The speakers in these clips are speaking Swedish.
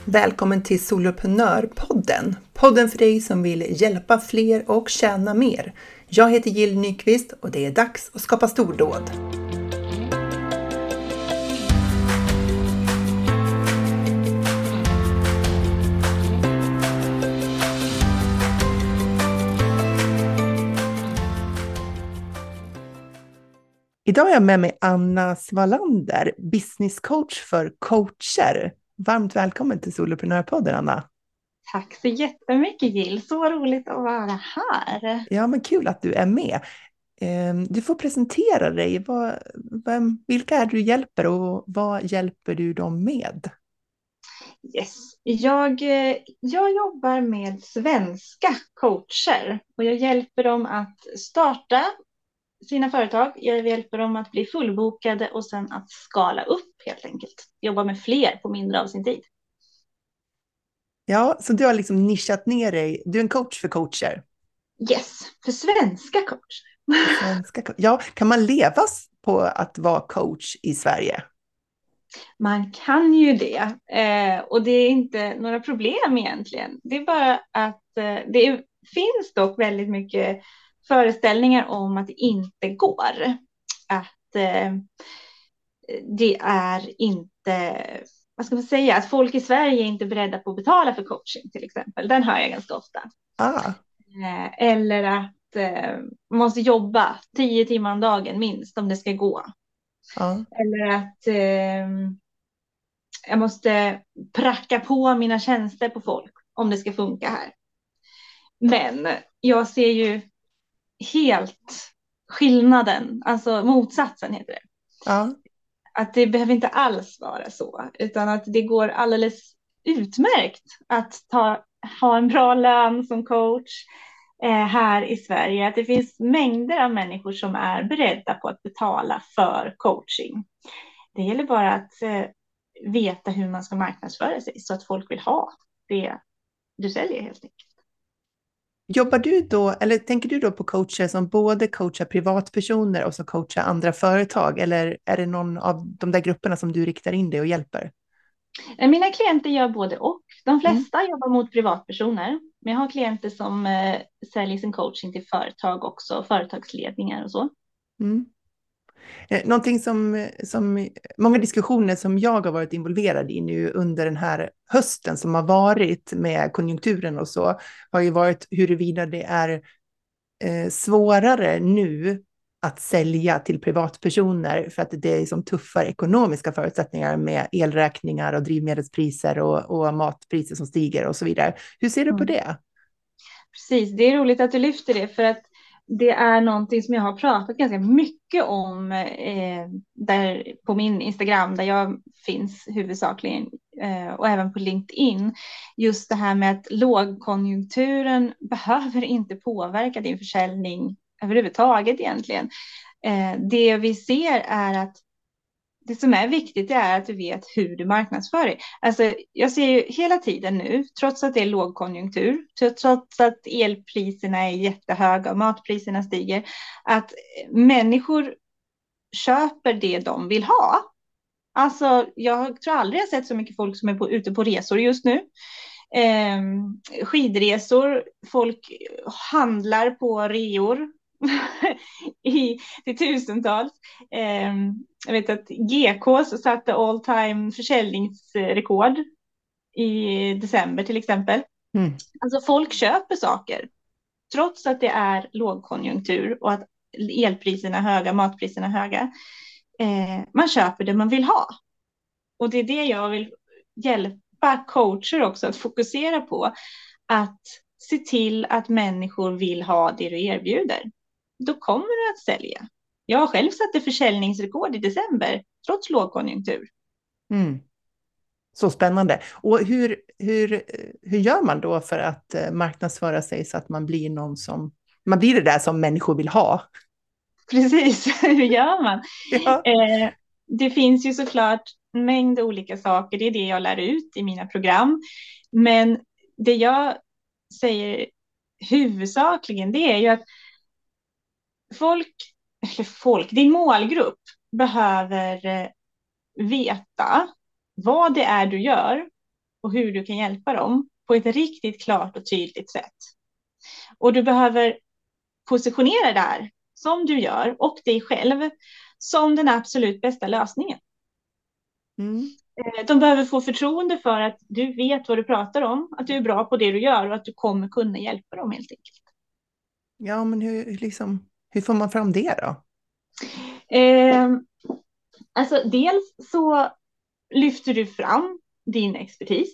Välkommen till Soloprenörpodden. Podden för dig som vill hjälpa fler och tjäna mer. Jag heter Jill Nyqvist och det är dags att skapa stordåd. Idag är jag med mig Anna Svalander, business coach för coacher. Varmt välkommen till Soloprenörpodden, Anna. Tack så jättemycket, Jill. Så roligt att vara här. Ja, men kul att du är med. Du får presentera dig. Vilka är du hjälper och vad hjälper du dem med? Yes. Jag jobbar med svenska coacher och jag hjälper dem att starta sina företag. Jag hjälper dem att bli fullbokade och sen att skala upp helt enkelt. Jobba med fler på mindre av sin tid. Ja, så du har liksom nischat ner dig. Du är en coach för coacher. Yes, för svenska coacher. Ja, kan man leva på att vara coach i Sverige? Man kan ju det och det är inte några problem egentligen. Det är bara att finns dock väldigt mycket föreställningar om att det inte går. Att det är inte, vad ska man säga, att folk i Sverige är inte beredda på att betala för coaching till exempel. Den hör jag ganska ofta. Eller att man måste jobba 10 timmar om dagen minst om det ska gå. Eller att jag måste pracka på mina tjänster på folk om det ska funka här. Men jag ser ju helt skillnaden, alltså motsatsen heter det. Ja. Att det behöver inte alls vara så, utan att det går alldeles utmärkt att ha en bra lön som coach här i Sverige. Att det finns mängder av människor som är beredda på att betala för coaching. Det gäller bara att veta hur man ska marknadsföra sig så att folk vill ha det du säljer helt enkelt. Jobbar du då, eller tänker du då på coacher som både coachar privatpersoner och så coachar andra företag? Eller är det någon av de där grupperna som du riktar in dig och hjälper? Mina klienter gör både och. De flesta jobbar mot privatpersoner. Men jag har klienter som säljer sin coaching till företag också, företagsledningar och så. Någonting som många diskussioner som jag har varit involverad i nu under den här hösten som har varit med konjunkturen och så, har ju varit huruvida det är svårare nu att sälja till privatpersoner för att det är som tuffare ekonomiska förutsättningar med elräkningar och drivmedelspriser och matpriser som stiger och så vidare. Hur ser du på det? Precis, det är roligt att du lyfter det för att det är någonting som jag har pratat ganska mycket om där på min Instagram där jag finns huvudsakligen och även på LinkedIn. Just det här med att lågkonjunkturen behöver inte påverka din försäljning överhuvudtaget egentligen. Det vi ser är att det som är viktigt är att du vet hur du marknadsför dig. Alltså, jag ser ju hela tiden nu, trots att det är lågkonjunktur, trots att elpriserna är jättehöga och matpriserna stiger, att människor köper det de vill ha. Alltså, jag tror aldrig jag sett så mycket folk som är ute på resor just nu. Skidresor, folk handlar på reor till tusentals. Jag vet att GK satte all time försäljningsrekord i december till exempel. Alltså folk köper saker trots att det är lågkonjunktur och att elpriserna är höga, matpriserna är höga. Man köper det man vill ha. Och det är det jag vill hjälpa coacher också att fokusera på. Att se till att människor vill ha det du erbjuder. Då kommer du att sälja. Jag har själv satt ett försäljningsrekord i december trots lågkonjunktur. Så spännande. Och hur gör man då för att marknadsföra sig så att man blir man blir det där som människor vill ha? Precis, hur gör man? Ja. Det finns ju såklart en mängd olika saker. Det är det jag lär ut i mina program. Men det jag säger huvudsakligen det är ju att din målgrupp behöver veta vad det är du gör och hur du kan hjälpa dem på ett riktigt klart och tydligt sätt. Och du behöver positionera det här som du gör och dig själv som den absolut bästa lösningen. Mm. De behöver få förtroende för att du vet vad du pratar om, att du är bra på det du gör och att du kommer kunna hjälpa dem helt enkelt. Ja, men hur får man fram det då? Eh, alltså dels så lyfter du fram din expertis.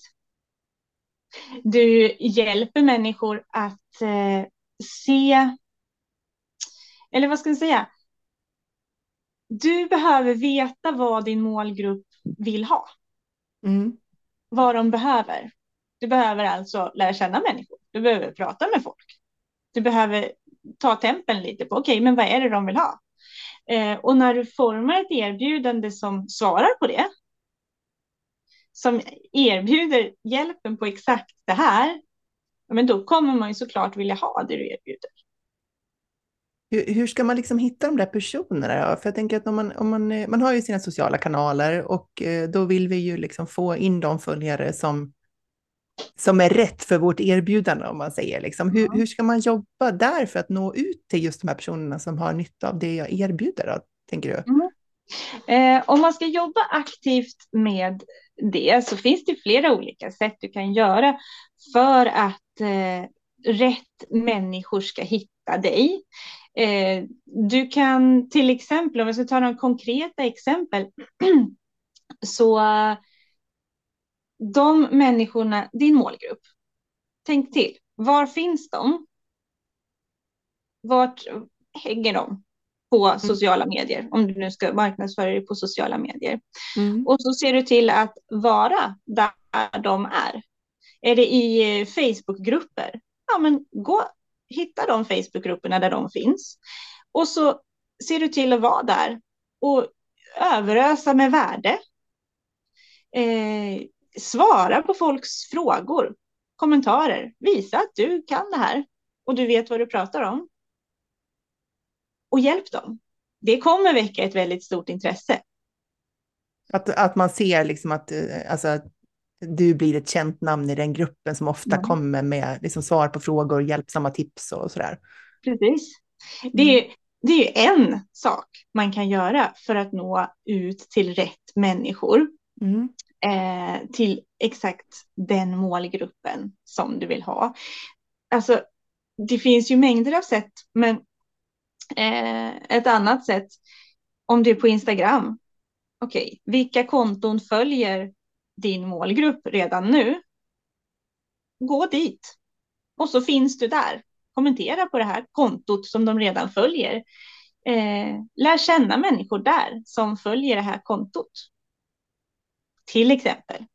Du hjälper människor att se, eller vad ska jag säga? Du behöver veta vad din målgrupp vill ha. Mm. Vad de behöver. Du behöver alltså lära känna människor. Du behöver prata med folk. Du behöver ta tempen lite på, okej, men vad är det de vill ha? Och när du formar ett erbjudande som svarar på det, som erbjuder hjälpen på exakt det här, men då kommer man ju såklart vilja ha det du erbjuder. Hur ska man liksom hitta de där personerna då? För jag tänker att man har ju sina sociala kanaler och då vill vi ju liksom få in de följare som är rätt för vårt erbjudande, om man säger. Liksom. Hur ska man jobba där för att nå ut till just de här personerna som har nytta av det jag erbjuder då, tänker du? Om man ska jobba aktivt med det så finns det flera olika sätt du kan göra för att rätt människor ska hitta dig. Du kan till exempel, om jag ska ta några konkreta exempel, så de människorna, din målgrupp, tänk till, var finns de? Vart hänger de på sociala medier, om du nu ska marknadsföra dig på sociala medier? Mm. Och så ser du till att vara där de är. Är det i Facebookgrupper? Ja, men hitta de Facebookgrupperna där de finns. Och så ser du till att vara där och överösa med värde. Svara på folks frågor, kommentarer. Visa att du kan det här och du vet vad du pratar om. Och hjälp dem. Det kommer väcka ett väldigt stort intresse. Att man ser liksom att du blir ett känt namn i den gruppen som ofta kommer med liksom svar på frågor, hjälpsamma tips och sådär. Precis. Det är ju en sak man kan göra för att nå ut till rätt människor. Mm. Till exakt den målgruppen som du vill ha. Alltså, det finns ju mängder av sätt, men ett annat sätt, om du är på Instagram, okej, vilka konton följer din målgrupp redan nu? Gå dit och så finns du där. Kommentera på det här kontot som de redan följer. Lär känna människor där som följer det här kontot. Till exempel.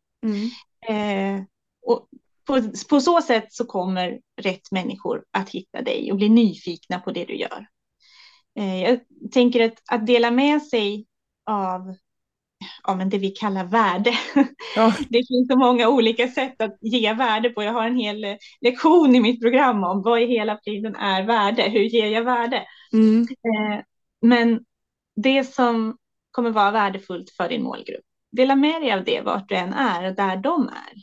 Och på så sätt så kommer rätt människor att hitta dig och bli nyfikna på det du gör. Jag tänker att dela med sig av det vi kallar värde. Ja. Det finns så många olika sätt att ge värde på. Jag har en hel lektion i mitt program om vad i hela friden är värde. Hur ger jag värde? Men det som kommer vara värdefullt för din målgrupp, dela med dig av det vart du än är och där de är.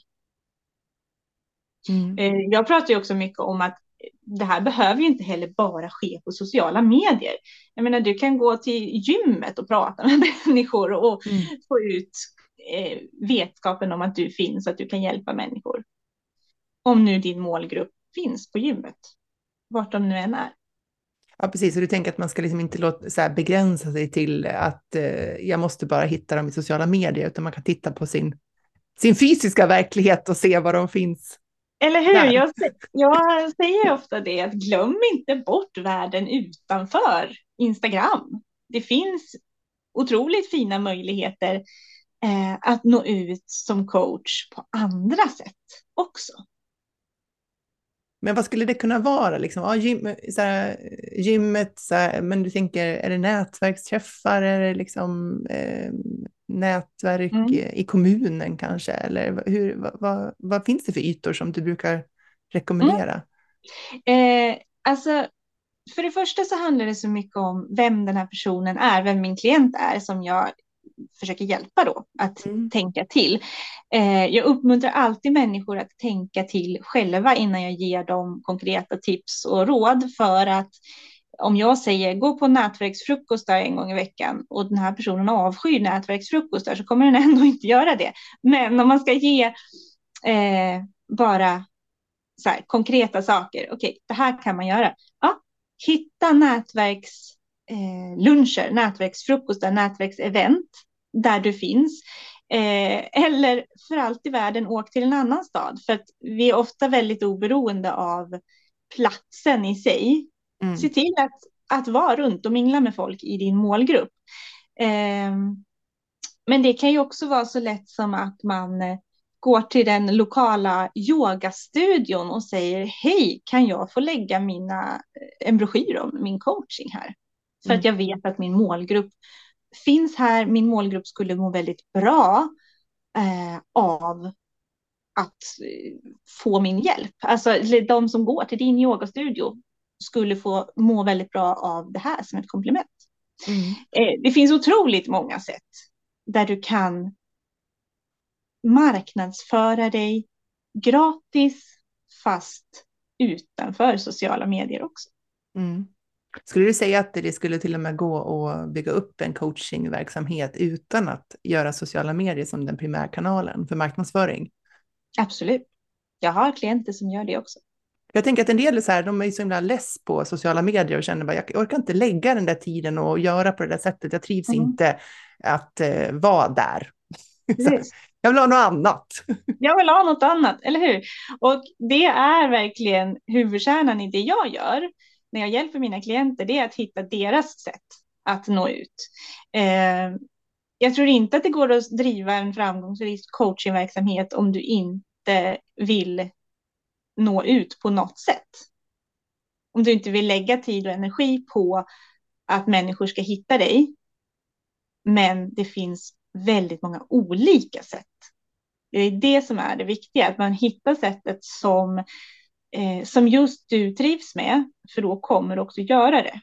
Jag pratar ju också mycket om att det här behöver ju inte heller bara ske på sociala medier. Jag menar, du kan gå till gymmet och prata med människor och få ut vetskapen om att du finns och att du kan hjälpa människor. Om nu din målgrupp finns på gymmet, vart de nu än är. Ja, precis. Och du tänker att man ska liksom inte begränsa sig till att jag måste bara hitta dem i sociala medier, utan man kan titta på sin fysiska verklighet och se var de finns. Eller hur? Jag säger ofta det, att glöm inte bort världen utanför Instagram. Det finns otroligt fina möjligheter att nå ut som coach på andra sätt också. Men vad skulle det kunna vara? Liksom? Ja, gymmet, men du tänker, är det nätverksträffar? Är det liksom, nätverk i kommunen kanske? Eller vad finns det för ytor som du brukar rekommendera? Alltså, för det första så handlar det så mycket om vem den här personen är, vem min klient är, som jag försöker hjälpa då att Mm. tänka till. Jag uppmuntrar alltid människor att tänka till själva innan jag ger dem konkreta tips och råd, för att om jag säger gå på nätverksfrukostar en gång i veckan och den här personen avskyr nätverksfrukostar, så kommer den ändå inte göra det. Men om man ska ge bara så här, konkreta saker, okej, det här kan man göra. Ja, hitta nätverksluncher, nätverksfrukostar, nätverksevent där du finns. Eller för allt i världen åk till en annan stad, för att vi är ofta väldigt oberoende av platsen i sig. Se till att vara runt och mingla med folk i din målgrupp. Men det kan ju också vara så lätt som att man går till den lokala yogastudion och säger hej, kan jag få lägga en broschyr om min coaching här? För att jag vet att min målgrupp finns här. Min målgrupp skulle må väldigt bra av att få min hjälp. Alltså de som går till din yogastudio skulle få må väldigt bra av det här som ett komplement. Det finns otroligt många sätt där du kan marknadsföra dig gratis, fast utanför sociala medier också. Skulle du säga att det skulle till och med gå att bygga upp en coachingverksamhet utan att göra sociala medier som den primärkanalen för marknadsföring? Absolut. Jag har klienter som gör det också. Jag tänker att en del är så här, de är så himla less på sociala medier och känner bara, jag orkar inte lägga den där tiden och göra på det där sättet. Jag trivs inte att vara där. Jag vill ha något annat. Jag vill ha något annat, eller hur? Och det är verkligen huvudkärnan i det jag gör när jag hjälper mina klienter. Det är att hitta deras sätt att nå ut. Jag tror inte att det går att driva en framgångsrik coachingverksamhet om du inte vill nå ut på något sätt. Om du inte vill lägga tid och energi på att människor ska hitta dig. Men det finns väldigt många olika sätt. Det är det som är det viktiga. Att man hittar sättet som just du trivs med. För då kommer du också göra det.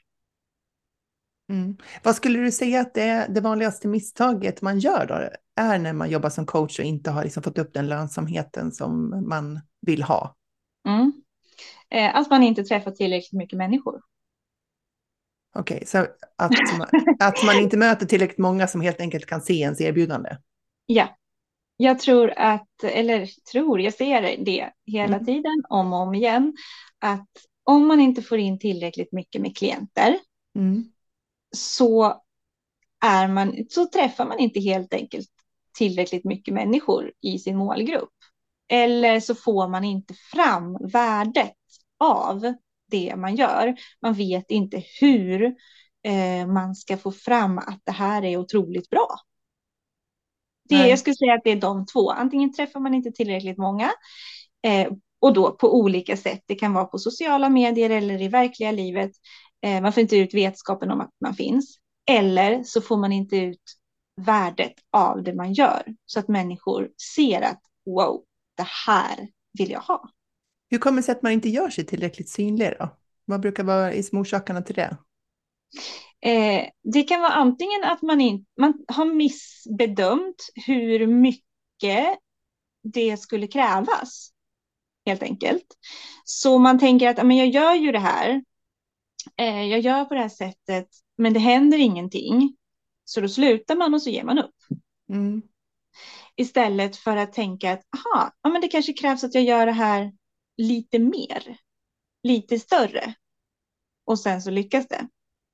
Vad skulle du säga att det vanligaste misstaget man gör då är när man jobbar som coach och inte har liksom fått upp den lönsamheten som man vill ha? Att man inte träffar tillräckligt mycket människor. Okej, så att man inte möter tillräckligt många som helt enkelt kan se ens erbjudande? Ja, jag ser det hela tiden, om och om igen, att om man inte får in tillräckligt mycket med klienter så träffar man inte helt enkelt tillräckligt mycket människor i sin målgrupp. Eller så får man inte fram värdet av det man gör. Man vet inte hur man ska få fram att det här är otroligt bra. Jag skulle säga att det är de två. Antingen träffar man inte tillräckligt många och då på olika sätt. Det kan vara på sociala medier eller i verkliga livet. Man får inte ut vetskapen om att man finns. Eller så får man inte ut värdet av det man gör. Så att människor ser att wow, det här vill jag ha. Hur kommer det sig att man inte gör sig tillräckligt synlig då? Vad brukar vara orsakerna till det? Det kan vara antingen att man har missbedömt hur mycket det skulle krävas. Helt enkelt. Så man tänker att men jag gör ju det här. Jag gör på det här sättet. Men det händer ingenting. Så då slutar man och så ger man upp. Istället för att tänka att men det kanske krävs att jag gör det här lite mer. Lite större. Och sen så lyckas det.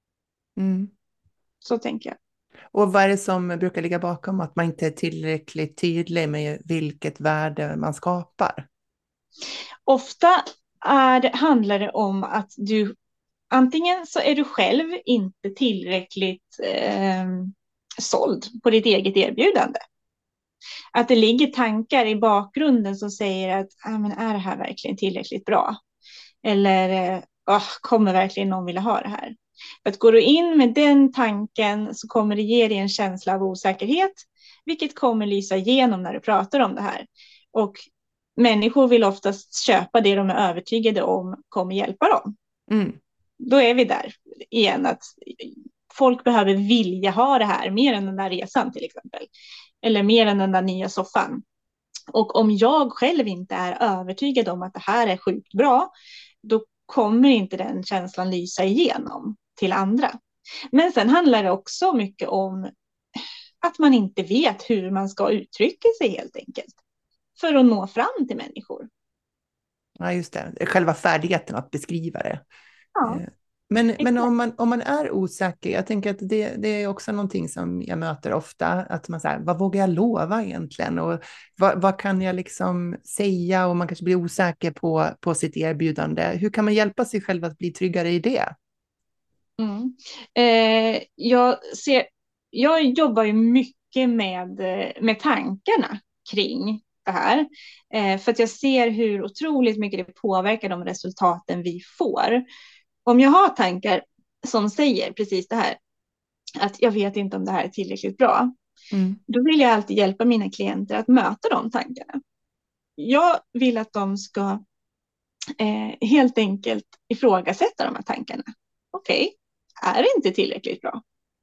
Så tänker jag. Och vad är det som brukar ligga bakom att man inte är tillräckligt tydlig med vilket värde man skapar? Ofta handlar det om att du antingen så är du själv inte tillräckligt såld på ditt eget erbjudande. Att det ligger tankar i bakgrunden som säger att men är det här verkligen tillräckligt bra? Eller kommer verkligen någon vilja ha det här? För att går du in med den tanken så kommer det ge dig en känsla av osäkerhet, vilket kommer lysa igenom när du pratar om det här. Och människor vill oftast köpa det de är övertygade om kommer hjälpa dem. Då är vi där igen, att folk behöver vilja ha det här mer än den där resan till exempel. Eller mer än den där nya soffan. Och om jag själv inte är övertygad om att det här är sjukt bra, då kommer inte den känslan lysa igenom till andra. Men sen handlar det också mycket om att man inte vet hur man ska uttrycka sig helt enkelt. För att nå fram till människor. Ja, just det. Själva färdigheten att beskriva det. Ja, Men om man är osäker, jag tänker att det är också någonting som jag möter ofta, att man säger, vad vågar jag lova egentligen? Och vad kan jag liksom säga? Och man kanske blir osäker på sitt erbjudande. Hur kan man hjälpa sig själv att bli tryggare i det? Mm. Jag jobbar ju mycket med tankarna kring det här. För att jag ser hur otroligt mycket det påverkar de resultaten vi får. Om jag har tankar som säger precis det här, att jag vet inte om det här är tillräckligt bra, då vill jag alltid hjälpa mina klienter att möta de tankarna. Jag vill att de ska helt enkelt ifrågasätta de här tankarna. Okej, är det inte tillräckligt bra?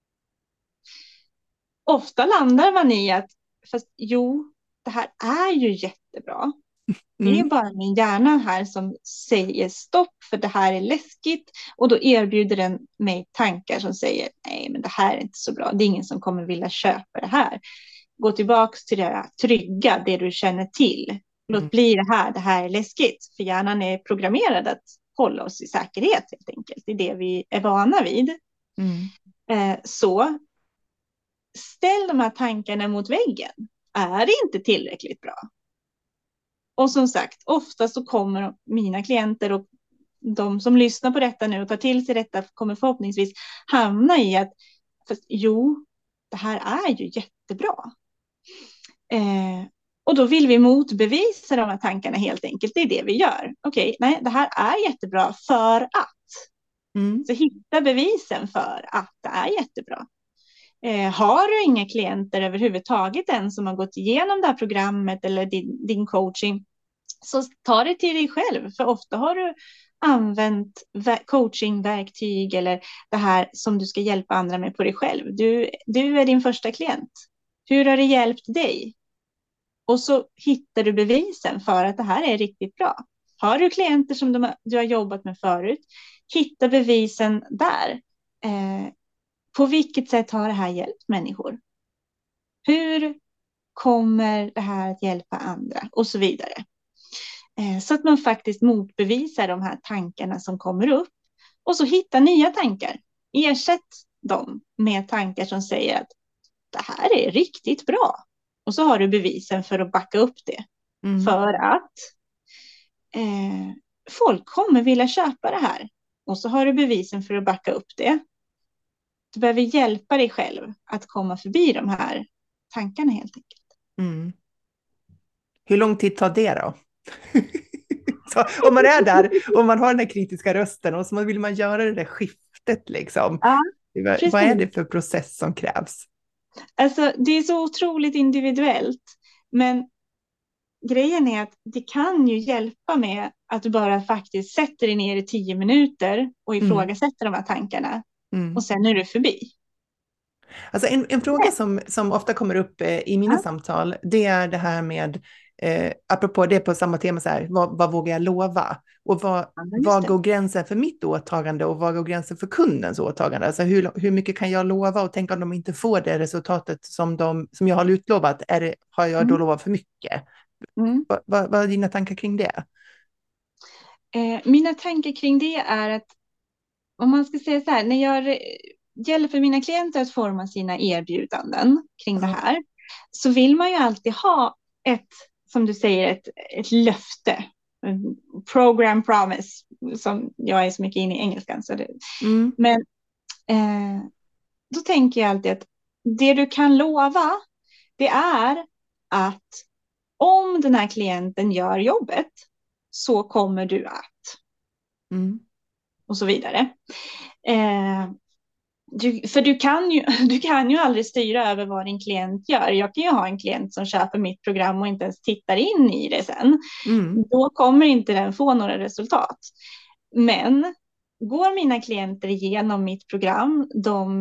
Ofta landar man i att, fast jo, det här är ju jättebra. Det är bara min hjärna här som säger stopp, för det här är läskigt. Och då erbjuder den mig tankar som säger, nej men det här är inte så bra. Det är ingen som kommer vilja köpa det här. Gå tillbaka till det trygga, det du känner till. Låt bli det här är läskigt. För hjärnan är programmerad att hålla oss i säkerhet helt enkelt. Det är det vi är vana vid. Så ställ de här tankarna mot väggen. Är det inte tillräckligt bra? Och som sagt, ofta så kommer mina klienter och de som lyssnar på detta nu och tar till sig detta kommer förhoppningsvis hamna i att jo, det här är ju jättebra. Och då vill vi motbevisa de här tankarna helt enkelt. Det är det vi gör. Okej, nej, det här är jättebra för att. Så hitta bevisen för att det är jättebra. Har du inga klienter överhuvudtaget än som har gått igenom det här programmet eller din coaching, så ta det till dig själv. För ofta har du använt coachingverktyg eller det här som du ska hjälpa andra med på dig själv. Du är din första klient. Hur har det hjälpt dig? Och så hittar du bevisen för att det här är riktigt bra. Har du klienter som du har jobbat med förut, hitta bevisen där. På vilket sätt har det här hjälpt människor? Hur kommer det här att hjälpa andra? Och så vidare. Så att man faktiskt motbevisar de här tankarna som kommer upp. Och så hitta nya tankar. Ersätt dem med tankar som säger att det här är riktigt bra. Och så har du bevisen för att backa upp det. För att folk kommer vilja köpa det här. Och så har du bevisen för att backa upp det. Du behöver hjälpa dig själv att komma förbi de här tankarna helt enkelt. Hur lång tid tar det då? Så, om man är där och man har den här kritiska rösten och så vill man göra det där skiftet liksom. Ja, vad är det för process som krävs? Alltså, det är så otroligt individuellt. Men grejen är att det kan ju hjälpa med att du bara faktiskt sätter dig ner i 10 minuter och ifrågasätter de här tankarna. Och sen är du förbi. Alltså en fråga som ofta kommer upp i mina samtal, det är det här med, apropå det på samma tema, så här, vad vågar jag lova? Och vad går gränsen för mitt åtagande och vad går gränsen för kundens åtagande? Alltså hur mycket kan jag lova och tänka om de inte får det resultatet som jag har utlovat, har jag då lovat för mycket? Vad är dina tankar kring det? Mina tankar kring det är att, om man ska säga så här, när jag gäller för mina klienter att forma sina erbjudanden kring det här, så vill man ju alltid ha som du säger, ett löfte. Program promise, som jag är så mycket inne i engelskan. Så men då tänker jag alltid att det du kan lova, det är att om den här klienten gör jobbet så kommer du att. Och så vidare. För du kan ju aldrig styra över vad din klient gör. Jag kan ju ha en klient som köper mitt program och inte ens tittar in i det sen. Då kommer inte den få några resultat. Men går mina klienter igenom mitt program. De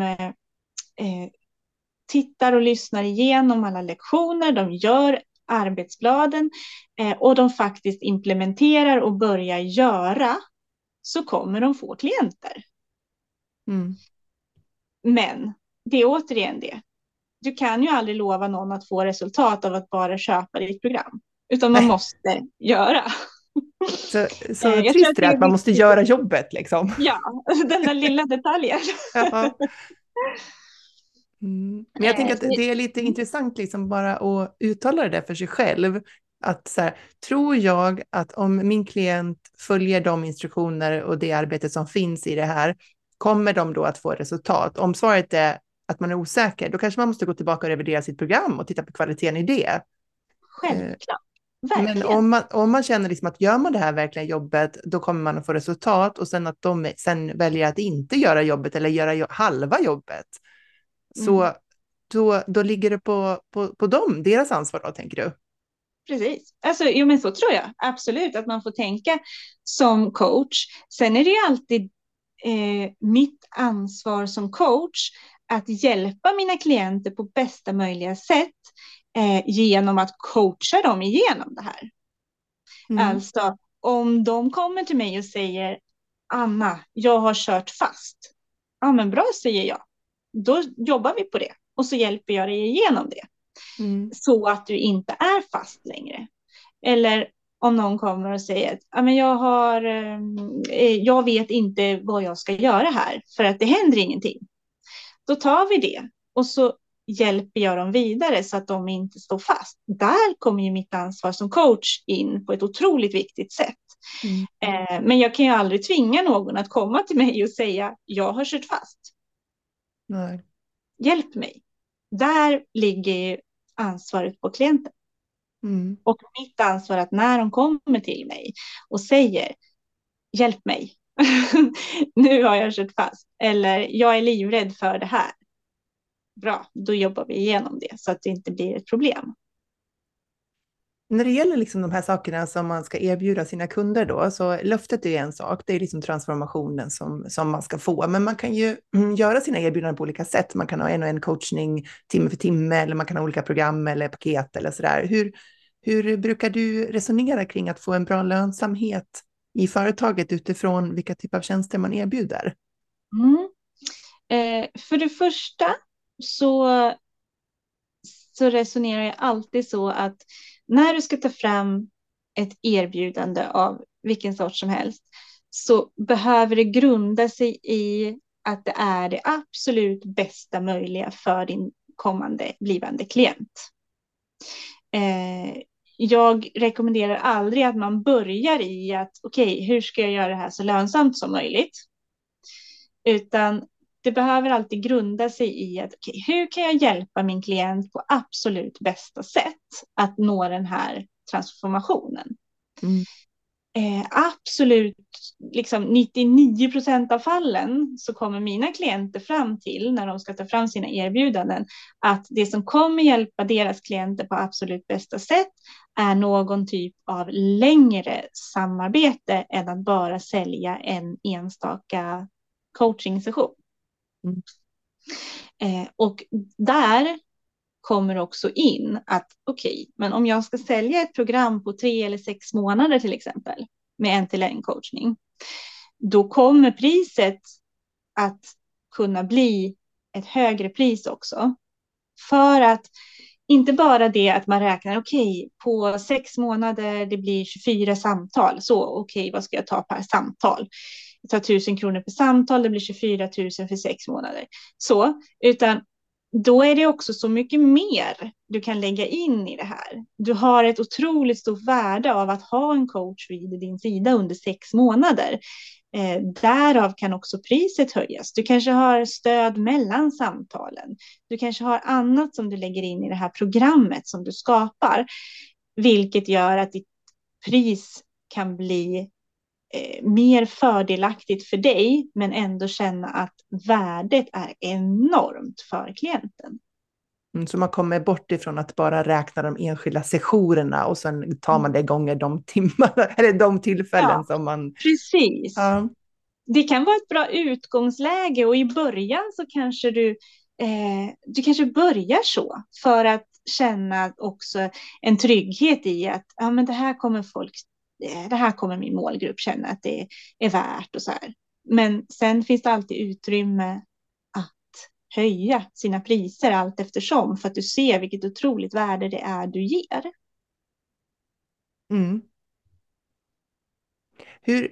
tittar och lyssnar igenom alla lektioner. De gör arbetsbladen och de faktiskt implementerar och börjar göra, så kommer de få klienter. Mm. Men det är återigen det. Du kan ju aldrig lova någon att få resultat av att bara köpa ditt program. Utan man Nej. måste göra. Så Jag tror trist att är det det är att man måste viktigt. göra jobbet liksom. Ja, den där lilla detaljen. Ja. Mm. Men jag tänker att det är lite Mm. intressant liksom bara att uttala det där för sig själv. Att så här, tror jag att om min klient följer de instruktioner och det arbete som finns i det här, kommer de då att få resultat? Om svaret är att man är osäker, då kanske man måste gå tillbaka och revidera sitt program och titta på kvaliteten i det. Självklart. Men Verkligen. om man känner liksom att gör man det här verkligen jobbet, då kommer man att få resultat, och sen att de sen väljer att inte göra jobbet eller göra halva jobbet. Mm. Så då ligger det på dem, deras ansvar då, tänker du? Precis. Alltså, jo, men så tror jag. Absolut att man får tänka som coach. Sen är det ju alltid mitt ansvar som coach att hjälpa mina klienter på bästa möjliga sätt genom att coacha dem igenom det här. Mm. Alltså, om de kommer till mig och säger Anna, jag har kört fast. Ja, men bra, säger jag. Då jobbar vi på det och så hjälper jag dig igenom det. Mm. Så att du inte är fast längre. Eller om någon kommer och säger att ja, men jag vet inte vad jag ska göra här för att det händer ingenting. Då tar vi det och så hjälper jag dem vidare så att de inte står fast. Där kommer ju mitt ansvar som coach in på ett otroligt viktigt sätt. Mm. Men jag kan ju aldrig tvinga någon att komma till mig och säga jag har kört fast. Nej. Hjälp mig. Där ligger ansvaret på klienten. Mm. Och mitt ansvar att när de kommer till mig och säger hjälp mig, nu har jag kört fast, eller jag är livrädd för det här. Bra, då jobbar vi igenom det så att det inte blir ett problem. När det gäller liksom de här sakerna som man ska erbjuda sina kunder då, så löftet är en sak, det är liksom transformationen som man ska få. Men man kan ju göra sina erbjudanden på olika sätt. Man kan ha en och en coachning timme för timme, eller man kan ha olika program eller paket eller sådär. Hur brukar du resonera kring att få en bra lönsamhet i företaget utifrån vilka typer av tjänster man erbjuder? Mm. För det första så resonerar jag alltid så att när du ska ta fram ett erbjudande av vilken sort som helst så behöver det grunda sig i att det är det absolut bästa möjliga för din kommande blivande klient. Jag rekommenderar aldrig att man börjar i att okej, hur ska jag göra det här så lönsamt som möjligt? Utan det behöver alltid grunda sig i att okej, hur kan jag hjälpa min klient på absolut bästa sätt att nå den här transformationen? Mm. Absolut, liksom 99% av fallen så kommer mina klienter fram till när de ska ta fram sina erbjudanden att det som kommer hjälpa deras klienter på absolut bästa sätt är någon typ av längre samarbete än att bara sälja en enstaka coaching-session. Mm. Och där kommer också in att okej, men om jag ska sälja ett program på 3 eller 6 månader till exempel med en-till-en coachning, då kommer priset att kunna bli ett högre pris också. För att inte bara det att man räknar okej, på 6 månader det blir 24 samtal, så okej, vad ska jag ta per samtal? Jag tar 1000 kronor per samtal, det blir 24 000 för 6 månader. Så, utan då är det också så mycket mer du kan lägga in i det här. Du har ett otroligt stort värde av att ha en coach vid din sida under 6 månader. Därav kan också priset höjas. Du kanske har stöd mellan samtalen. Du kanske har annat som du lägger in i det här programmet som du skapar. Vilket gör att ditt pris kan bli mer fördelaktigt för dig, men ändå känna att värdet är enormt för klienten. Så man kommer bort ifrån att bara räkna de enskilda sessionerna och sen tar man det gånger de timmarna eller de tillfällen Ja, som man... precis. Ja. det kan vara ett bra utgångsläge, och i början så kanske du kanske börjar så för att känna också en trygghet i att ja, men det här kommer min målgrupp känna att det är värt och så här. Men sen finns det alltid utrymme att höja sina priser allt eftersom, för att du ser vilket otroligt värde det är du ger. Mm. Hur,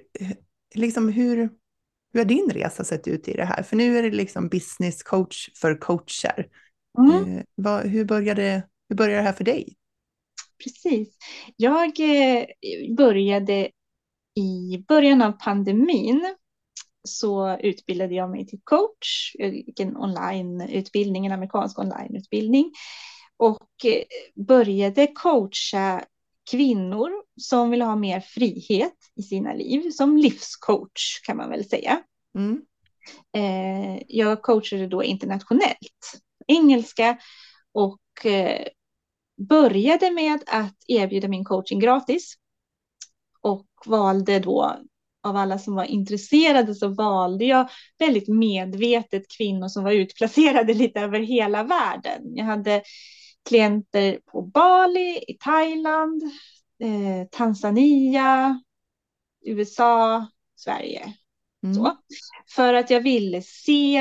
hur har din resa sett ut i det här? För nu är det liksom business coach för coacher. Mm, Hur började det här för dig? precis. Jag började i början av pandemin, så utbildade jag mig till coach. Jag gick en onlineutbildning, en amerikansk onlineutbildning, och började coacha kvinnor som vill ha mer frihet i sina liv, som livscoach kan man väl säga. Mm. Jag coachade då internationellt, engelska, och började med att erbjuda min coaching gratis, och valde då, av alla som var intresserade så valde jag väldigt medvetet kvinnor som var utplacerade lite över hela världen. Jag hade klienter på Bali, i Thailand, Tanzania, USA, Sverige. Mm. Så. För att jag ville se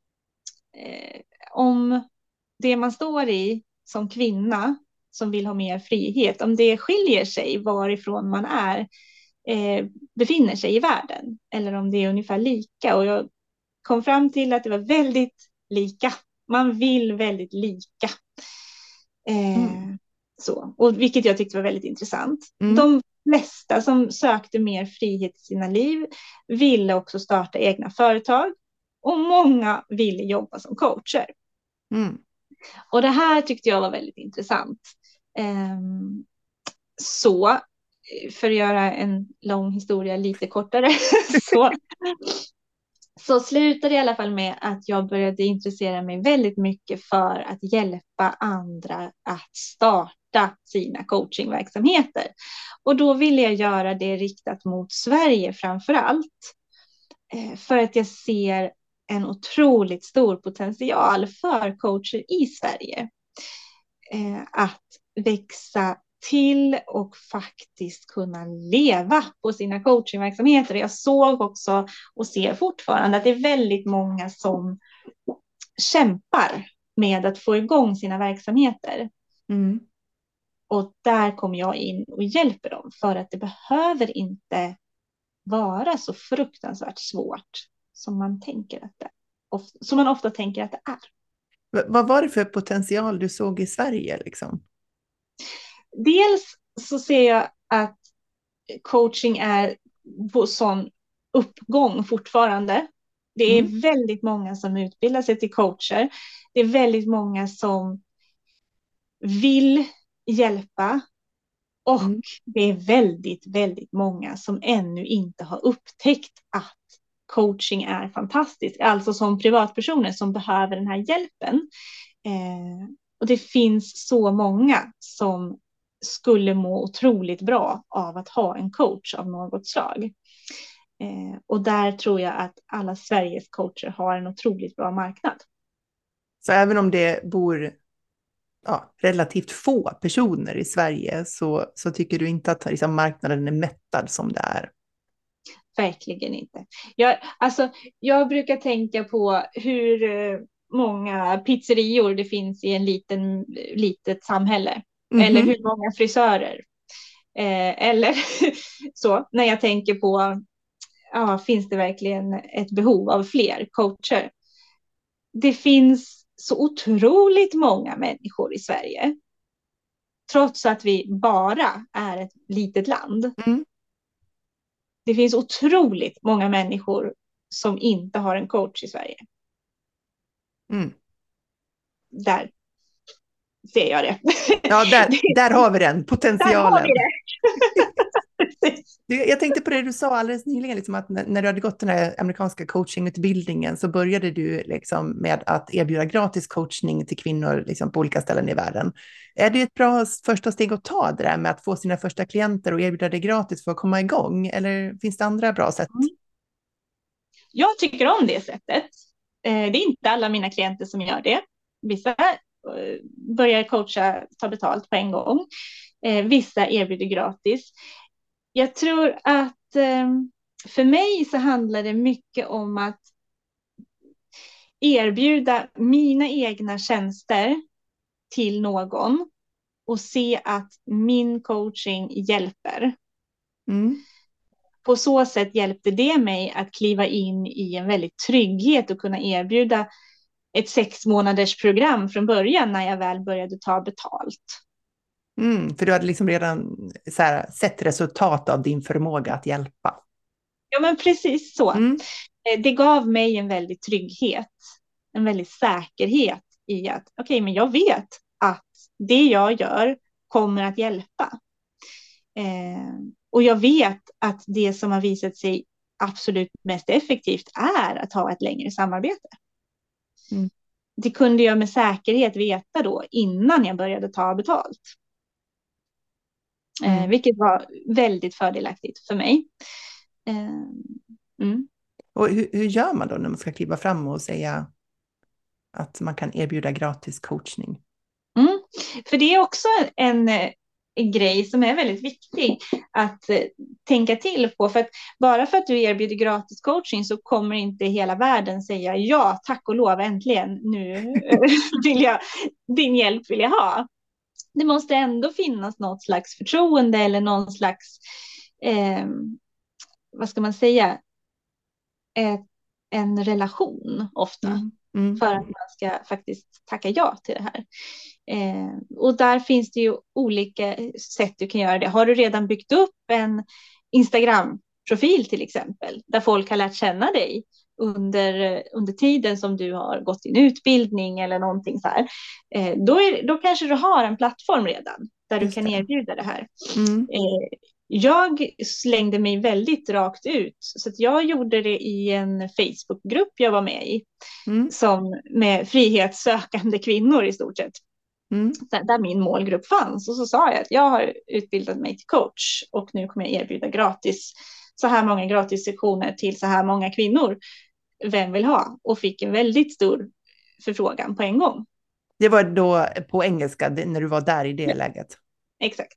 om det man står i som kvinna som vill ha mer frihet, om det skiljer sig varifrån man befinner sig i världen, eller om det är ungefär lika. Och jag kom fram till att det var väldigt lika. Man vill väldigt lika. Mm. Så. Och vilket jag tyckte var väldigt intressant. Mm. De flesta som sökte mer frihet i sina liv ville också starta egna företag, och många ville jobba som coacher. Mm. Och det här tyckte jag var väldigt intressant. Så för att göra en lång historia lite kortare så slutade det i alla fall med att jag började intressera mig väldigt mycket för att hjälpa andra att starta sina coachingverksamheter. Och då ville jag göra det riktat mot Sverige framför allt. För att jag ser en otroligt stor potential för coacher i Sverige. Att växa till och faktiskt kunna leva på sina coachingverksamheter. Jag såg också och ser fortfarande att det är väldigt många som kämpar med att få igång sina verksamheter. Mm. Och där kommer jag in och hjälper dem, för att det behöver inte vara så fruktansvärt svårt som man tänker att det är. Som man ofta tänker att det är. Vad var det för potential du såg i Sverige liksom? Dels så ser jag att coaching är på sån uppgång fortfarande. Det är Mm. väldigt många som utbildar sig till coacher. Det är väldigt många som vill hjälpa. Och Mm. det är väldigt, väldigt många som ännu inte har upptäckt att coaching är fantastiskt. Alltså som privatpersoner som behöver den här hjälpen. Och det finns så många som skulle må otroligt bra av att ha en coach av något slag. Och där tror jag att alla Sveriges coacher har en otroligt bra marknad. Så även om det bor relativt få personer i Sverige så tycker du inte att liksom, marknaden är mättad som det är? Verkligen inte. Jag brukar tänka på hur många pizzerior det finns i en litet samhälle. Mm-hmm. Eller hur många frisörer. Eller så, när jag tänker på, finns det verkligen ett behov av fler coacher? Det finns så otroligt många människor i Sverige. Trots att vi bara är ett litet land. Mm. Det finns otroligt många människor som inte har en coach i Sverige. Mm. Där ser jag det. Ja, där har vi den potentialen. Där har vi det. Jag tänkte på det du sa alldeles nyligen, liksom att när du hade gått den här amerikanska coachingutbildningen så började du liksom med att erbjuda gratis coachning till kvinnor liksom på olika ställen i världen. Är det ett bra första steg att ta det där med att få sina första klienter och erbjuda det gratis för att komma igång? Eller finns det andra bra sätt? Jag tycker om det sättet. Det är inte alla mina klienter som gör det. Vissa börjar coacha, ta betalt på en gång. Vissa erbjuder gratis. Jag tror att för mig så handlar det mycket om att erbjuda mina egna tjänster till någon och se att min coaching hjälper. Mm. På så sätt hjälpte det mig att kliva in i en väldigt trygghet och kunna erbjuda ett 6 månaders program från början när jag väl började ta betalt. För du hade liksom redan så här, sett resultat av din förmåga att hjälpa. Ja, men precis så. Mm. Det gav mig en väldig trygghet, en väldig säkerhet i att okej, men jag vet att det jag gör kommer att hjälpa. Och jag vet att det som har visat sig absolut mest effektivt är att ha ett längre samarbete. Mm. Det kunde jag med säkerhet veta då innan jag började ta betalt. Vilket var väldigt fördelaktigt för mig. Och hur gör man då när man ska kliva fram och säga att man kan erbjuda gratis coachning? För det är också en grej som är väldigt viktig att tänka till på. För att bara för att du erbjuder gratis coaching så kommer inte hela världen säga ja, tack och lov, äntligen, nu din hjälp vill jag ha. Det måste ändå finnas något slags förtroende eller någon slags, vad ska man säga, en relation ofta. För att man ska faktiskt tacka ja till det här. Och där finns det ju olika sätt du kan göra det. Har du redan byggt upp en Instagram-profil till exempel, där folk har lärt känna dig under tiden som du har gått din utbildning eller någonting så här, då kanske du har en plattform redan där du kan erbjuda det här. Jag slängde mig väldigt rakt ut, så att jag gjorde det i en Facebookgrupp jag var med i, som med frihetssökande kvinnor i stort sett. Där min målgrupp fanns. Och så sa jag att jag har utbildat mig till coach och nu kommer jag erbjuda gratis, så här många gratis sektioner till så här många kvinnor. Vem vill ha? Och fick en väldigt stor förfrågan på en gång. Det var då på engelska när du var där i det läget? Exakt.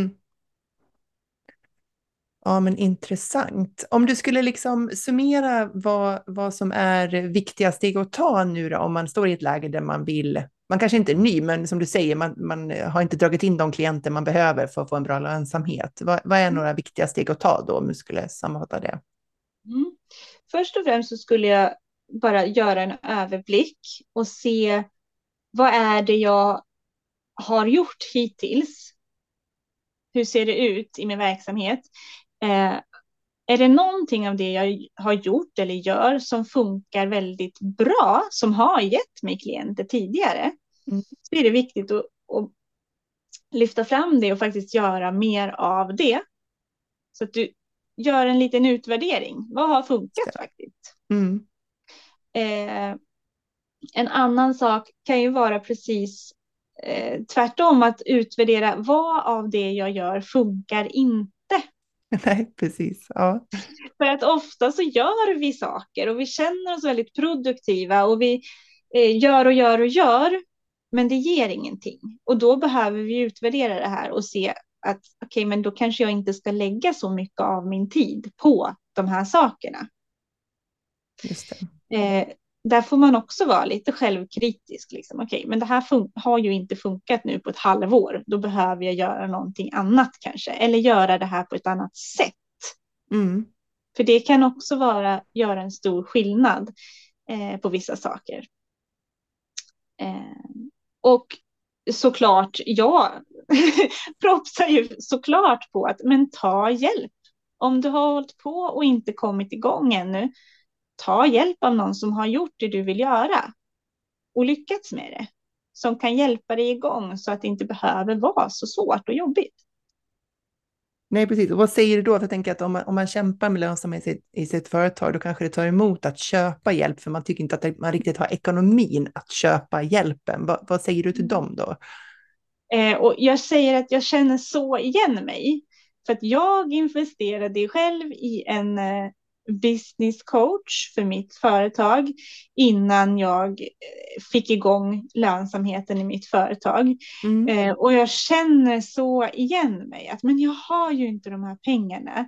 Ja, men intressant. Om du skulle liksom summera vad som är viktiga steg att ta nu då, om man står i ett läge där man kanske inte är ny, men som du säger, man har inte dragit in de klienter man behöver för att få en bra lönsamhet. Vad är några viktiga steg att ta då, om du skulle sammanfatta det? Först och främst så skulle jag bara göra en överblick och se vad är det jag har gjort hittills. Hur ser det ut i min verksamhet? Är det någonting av det jag har gjort eller gör som funkar väldigt bra, som har gett mig klienter tidigare, så är det viktigt att lyfta fram det och faktiskt göra mer av det. Så att du gör en liten utvärdering. Vad har funkat faktiskt? En annan sak kan ju vara precis tvärtom, att utvärdera vad av det jag gör funkar inte. Nej, precis. Ja. För att ofta så gör vi saker och vi känner oss väldigt produktiva och vi gör, men det ger ingenting. Och då behöver vi utvärdera det här och se att okej, men då kanske jag inte ska lägga så mycket av min tid på de här sakerna. Just det. Där får man också vara lite självkritisk. Liksom. Okej, men det här har ju inte funkat nu på ett halvår. Då behöver jag göra någonting annat kanske. Eller göra det här på ett annat sätt. För det kan också göra en stor skillnad på vissa saker. Och såklart, jag propsar ju såklart på att men ta hjälp. Om du har hållit på och inte kommit igång ännu, ta hjälp av någon som har gjort det du vill göra och lyckats med det. Som kan hjälpa dig igång så att det inte behöver vara så svårt och jobbigt. Nej, precis. Och vad säger du då? För jag tänker att om man kämpar med lönsamhet i sitt företag, då kanske det tar emot att köpa hjälp, för man tycker inte att man riktigt har ekonomin att köpa hjälpen. Vad säger du till dem då? Och jag säger att jag känner så igen mig. För att jag investerade själv i en business coach för mitt företag innan jag fick igång lönsamheten i mitt företag. Och jag känner så igen mig att men jag har ju inte de här pengarna.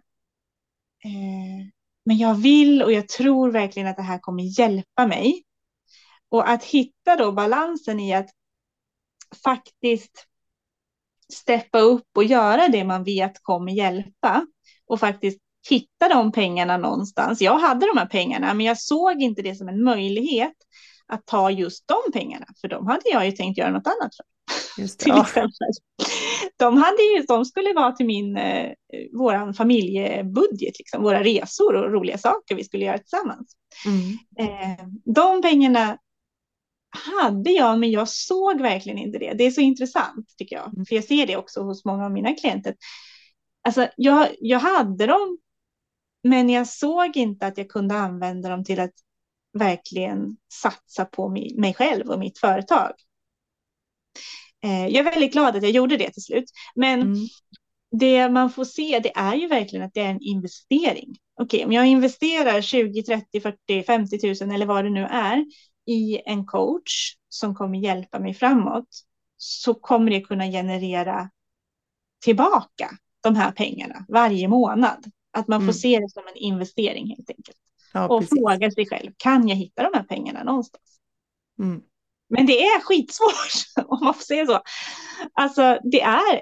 Men jag vill och jag tror verkligen att det här kommer hjälpa mig. Och att hitta då balansen i att faktiskt steppa upp och göra det man vet kommer hjälpa. Och faktiskt hitta de pengarna någonstans. Jag hade de här pengarna men jag såg inte det som en möjlighet att ta just de pengarna. För de hade jag ju tänkt göra något annat för. Just det, till exempel. De skulle vara till våran familjebudget, liksom, våra resor och roliga saker vi skulle göra tillsammans. De pengarna hade jag, men jag såg verkligen inte det. Det är så intressant tycker jag. För jag ser det också hos många av mina klienter. Alltså, jag hade dem, men jag såg inte att jag kunde använda dem till att verkligen satsa på mig själv och mitt företag. Jag är väldigt glad att jag gjorde det till slut. Men det man får se, det är ju verkligen att det är en investering. Okej, om jag investerar 20, 30, 40, 50 000 eller vad det nu är i en coach som kommer hjälpa mig framåt, så kommer det kunna generera tillbaka de här pengarna varje månad. Att man får se det som en investering helt enkelt. Ja, och precis. fråga sig själv, kan jag hitta de här pengarna någonstans? Men det är skitsvårt om man får säga så. Alltså det är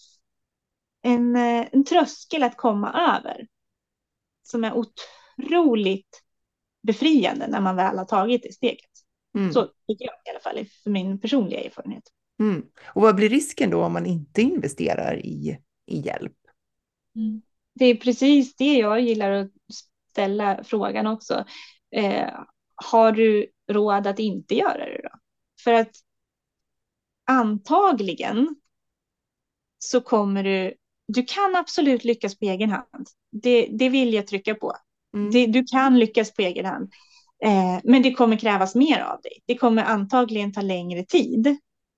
en tröskel att komma över. Som är otroligt befriande när man väl har tagit det steget. Så tycker jag i alla fall, för min personliga erfarenhet. Och vad blir risken då om man inte investerar i hjälp? Det är precis det jag gillar att ställa frågan också. Har du råd att inte göra det då? För att antagligen så kommer du kan absolut lyckas på egen hand. Det vill jag trycka på. Du kan lyckas på egen hand. Men det kommer krävas mer av dig. Det kommer antagligen ta längre tid.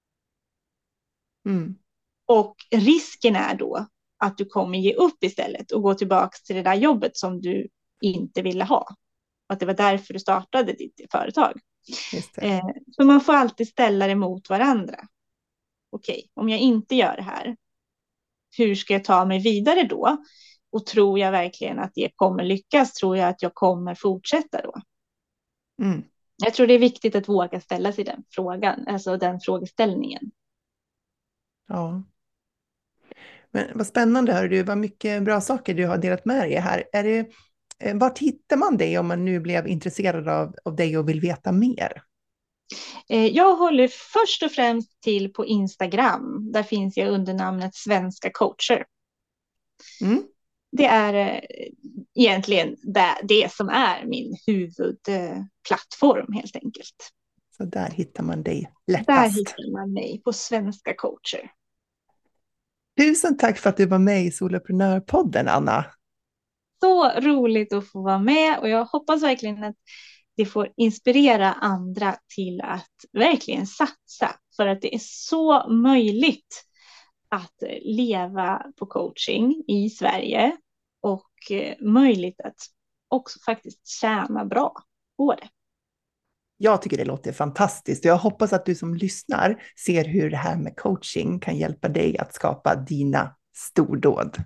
Och risken är då att du kommer ge upp istället och gå tillbaka till det där jobbet som du inte ville ha. Och att det var därför du startade ditt företag. Just det. Så man får alltid ställa det mot varandra. Okej, om jag inte gör det här, hur ska jag ta mig vidare då? Och tror jag verkligen att det kommer lyckas? Tror jag att jag kommer fortsätta då? Jag tror det är viktigt att våga ställa sig den frågan, alltså den frågeställningen. Ja. Men vad spännande, hör du, vad mycket bra saker du har delat med dig här. Vart hittar man dig om man nu blev intresserad av dig och vill veta mer? Jag håller först och främst till på Instagram. Där finns jag under namnet Svenska coacher. Det är egentligen det som är min huvudplattform helt enkelt. Så där hittar man dig lättast. Där hittar man mig på Svenska coacher. Tusen tack för att du var med i Soloprenörpodden, Anna. Så roligt att få vara med och jag hoppas verkligen att det får inspirera andra till att verkligen satsa. För att det är så möjligt att leva på coaching i Sverige och möjligt att också faktiskt tjäna bra på det. Jag tycker det låter fantastiskt och jag hoppas att du som lyssnar ser hur det här med coaching kan hjälpa dig att skapa dina stordåd.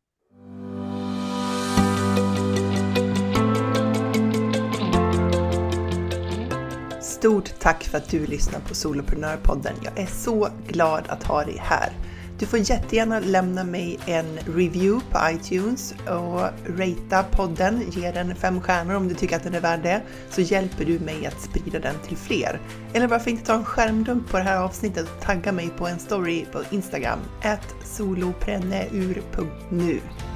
Stort tack för att du lyssnar på Soloprenörpodden. Jag är så glad att ha dig här. Du får jättegärna lämna mig en review på iTunes och ratea podden. Ge den 5 stjärnor om du tycker att den är värd det. Så hjälper du mig att sprida den till fler. Eller varför inte ta en skärmdump på det här avsnittet och tagga mig på en story på Instagram @solopreneur.nu.